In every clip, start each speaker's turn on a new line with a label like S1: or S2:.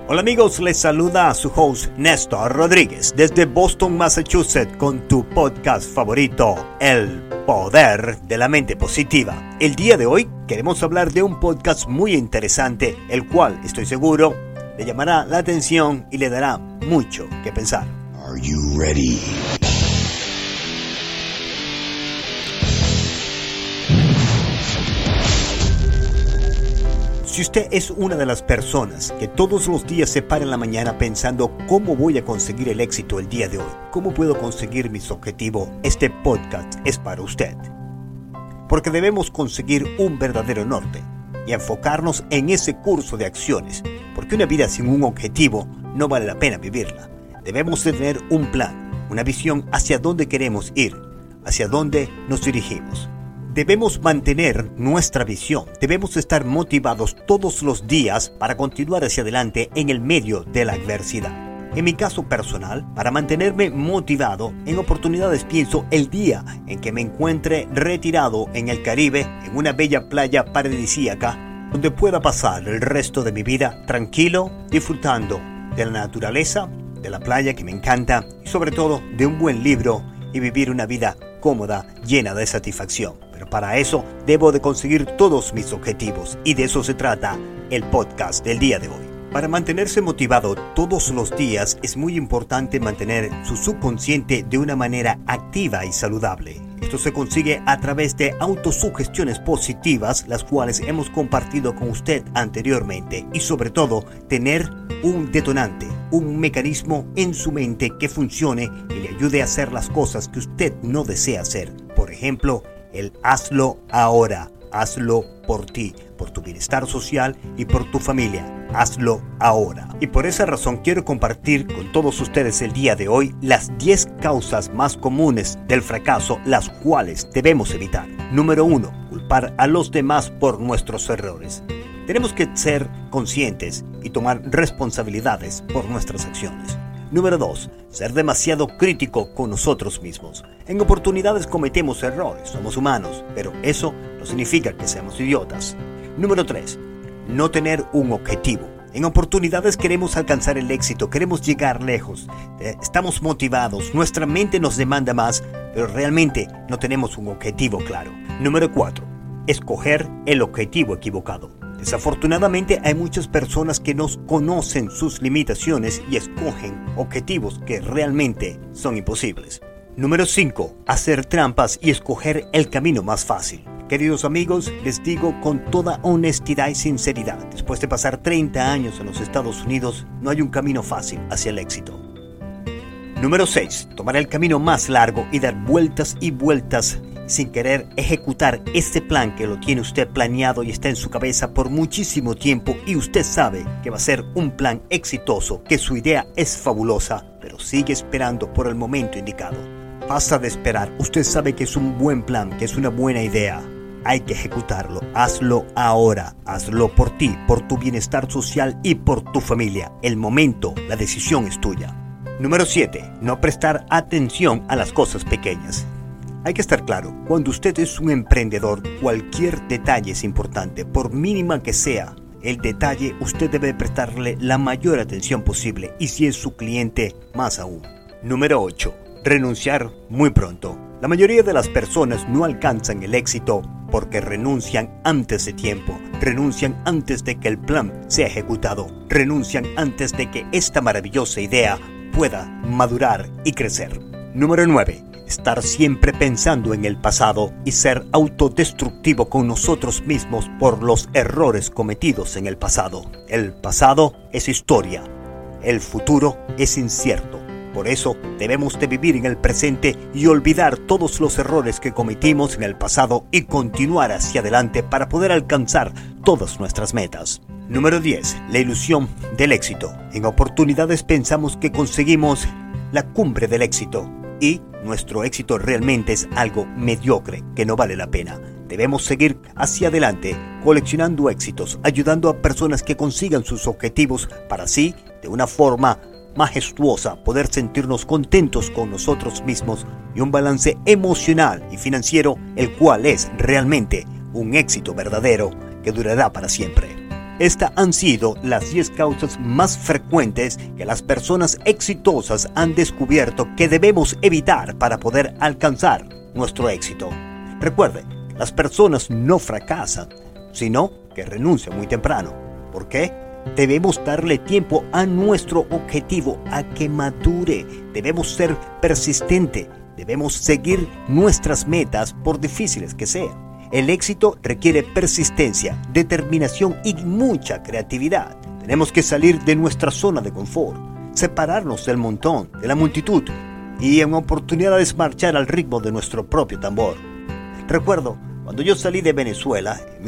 S1: Hola amigos, les saluda a su host Néstor Rodríguez desde Boston, Massachusetts con tu podcast favorito, El Poder de la Mente Positiva. El día de hoy queremos hablar de un podcast muy interesante, el cual estoy seguro le llamará la atención y le dará mucho que pensar.
S2: Are you ready?
S1: Si usted es una de las personas que todos los días se para en la mañana pensando cómo voy a conseguir el éxito el día de hoy, cómo puedo conseguir mis objetivos, este podcast es para usted. Porque debemos conseguir un verdadero norte y enfocarnos en ese curso de acciones, porque una vida sin un objetivo no vale la pena vivirla. Debemos tener un plan, una visión hacia dónde queremos ir, hacia dónde nos dirigimos. Debemos mantener nuestra visión, debemos estar motivados todos los días para continuar hacia adelante en el medio de la adversidad. En mi caso personal, para mantenerme motivado, en oportunidades pienso el día en que me encuentre retirado en el Caribe, en una bella playa paradisíaca, donde pueda pasar el resto de mi vida tranquilo, disfrutando de la naturaleza, de la playa que me encanta y sobre todo de un buen libro y vivir una vida cómoda, llena de satisfacción. Pero para eso debo de conseguir todos mis objetivos y de eso se trata el podcast del día de hoy. Para mantenerse motivado todos los días es muy importante mantener su subconsciente de una manera activa y saludable. Esto se consigue a través de autosugestiones positivas, las cuales hemos compartido con usted anteriormente, y sobre todo tener un detonante, un mecanismo en su mente que funcione y le ayude a hacer las cosas que usted no desea hacer. Por ejemplo, el hazlo ahora, hazlo por ti, por tu bienestar social y por tu familia. Hazlo ahora. Y por esa razón quiero compartir con todos ustedes el día de hoy las 10 causas más comunes del fracaso, las cuales debemos evitar. Número 1. Culpar a los demás por nuestros errores. Tenemos que ser conscientes y tomar responsabilidades por nuestras acciones. Número 2. Ser demasiado crítico con nosotros mismos. En oportunidades cometemos errores, somos humanos, pero eso no significa que seamos idiotas. Número 3. No tener un objetivo. En oportunidades queremos alcanzar el éxito, queremos llegar lejos, estamos motivados, nuestra mente nos demanda más, pero realmente no tenemos un objetivo claro. Número 4. Escoger el objetivo equivocado. Desafortunadamente hay muchas personas que no conocen sus limitaciones y escogen objetivos que realmente son imposibles. Número 5. Hacer trampas y escoger el camino más fácil. Queridos amigos, les digo con toda honestidad y sinceridad, después de pasar 30 años en los Estados Unidos, no hay un camino fácil hacia el éxito. Número 6. Tomar el camino más largo y dar vueltas y vueltas sin querer ejecutar este plan que lo tiene usted planeado y está en su cabeza por muchísimo tiempo y usted sabe que va a ser un plan exitoso, que su idea es fabulosa, pero sigue esperando por el momento indicado. Basta de esperar, usted sabe que es un buen plan, que es una buena idea. Hay que ejecutarlo, hazlo ahora, hazlo por ti, por tu bienestar social y por tu familia. El momento, la decisión es tuya. Número 7. No prestar atención a las cosas pequeñas. Hay que estar claro, cuando usted es un emprendedor, cualquier detalle es importante, por mínima que sea el detalle, usted debe prestarle la mayor atención posible y si es su cliente, más aún. Número 8. Renunciar muy pronto. La mayoría de las personas no alcanzan el éxito porque renuncian antes de tiempo, renuncian antes de que el plan sea ejecutado, renuncian antes de que esta maravillosa idea pueda madurar y crecer. Número 9. Estar siempre pensando en el pasado y ser autodestructivo con nosotros mismos por los errores cometidos en el pasado. El pasado es historia, el futuro es incierto. Por eso debemos de vivir en el presente y olvidar todos los errores que cometimos en el pasado y continuar hacia adelante para poder alcanzar todas nuestras metas. Número 10. La ilusión del éxito. En oportunidades pensamos que conseguimos la cumbre del éxito y nuestro éxito realmente es algo mediocre que no vale la pena. Debemos seguir hacia adelante, coleccionando éxitos, ayudando a personas que consigan sus objetivos para así, de una forma majestuosa, poder sentirnos contentos con nosotros mismos y un balance emocional y financiero, el cual es realmente un éxito verdadero que durará para siempre. Estas han sido las 10 causas más frecuentes que las personas exitosas han descubierto que debemos evitar para poder alcanzar nuestro éxito. Recuerde, las personas no fracasan, sino que renuncian muy temprano. ¿Por qué? Debemos darle tiempo a nuestro objetivo a que madure. Debemos ser persistentes. Debemos seguir nuestras metas por difíciles que sean. El éxito requiere persistencia, determinación y mucha creatividad. Tenemos que salir de nuestra zona de confort, separarnos del montón, de la multitud y en oportunidades marchar al ritmo de nuestro propio tambor. Recuerdo, cuando yo salí de Venezuela en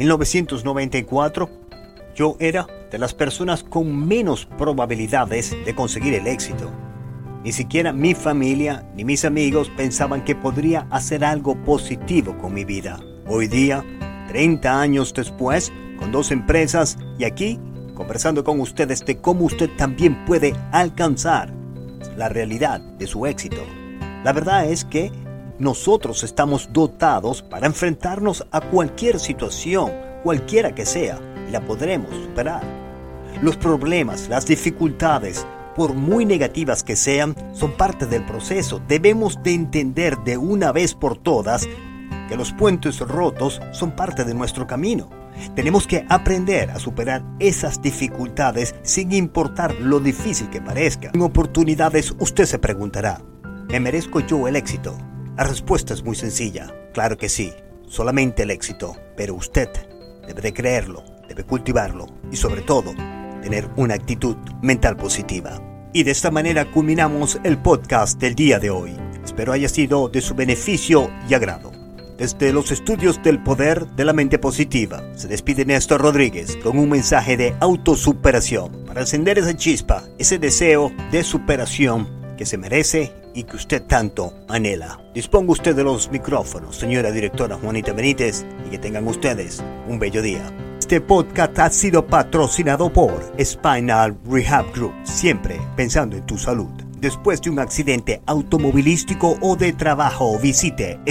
S1: 1994, yo era de las personas con menos probabilidades de conseguir el éxito. Ni siquiera mi familia ni mis amigos pensaban que podría hacer algo positivo con mi vida. Hoy día, 30 años después, con 2 empresas y aquí, conversando con ustedes de cómo usted también puede alcanzar la realidad de su éxito. La verdad es que nosotros estamos dotados para enfrentarnos a cualquier situación, cualquiera que sea, y la podremos superar. Los problemas, las dificultades, por muy negativas que sean, son parte del proceso. Debemos de entender de una vez por todas que los puentes rotos son parte de nuestro camino. Tenemos que aprender a superar esas dificultades sin importar lo difícil que parezca. En oportunidades usted se preguntará, ¿me merezco yo el éxito? La respuesta es muy sencilla. Claro que sí, solamente el éxito, pero usted debe de creerlo, debe cultivarlo y sobre todo tener una actitud mental positiva. Y de esta manera culminamos el podcast del día de hoy. Espero haya sido de su beneficio y agrado. Desde los estudios del poder de la mente positiva, se despide Néstor Rodríguez con un mensaje de autosuperación para encender esa chispa, ese deseo de superación que se merece y que usted tanto anhela. Disponga usted de los micrófonos, señora directora Juanita Benítez, y que tengan ustedes un bello día. Este podcast ha sido patrocinado por Spinal Rehab Group, siempre pensando en tu salud. Después de un accidente automovilístico o de trabajo, visite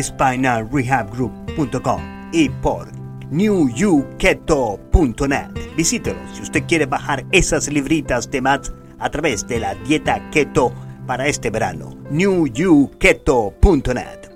S1: spinalrehabgroup.com y por newyouketo.net. Visítelo si usted quiere bajar esas libritas de más a través de la dieta keto para este verano. newyouketo.net.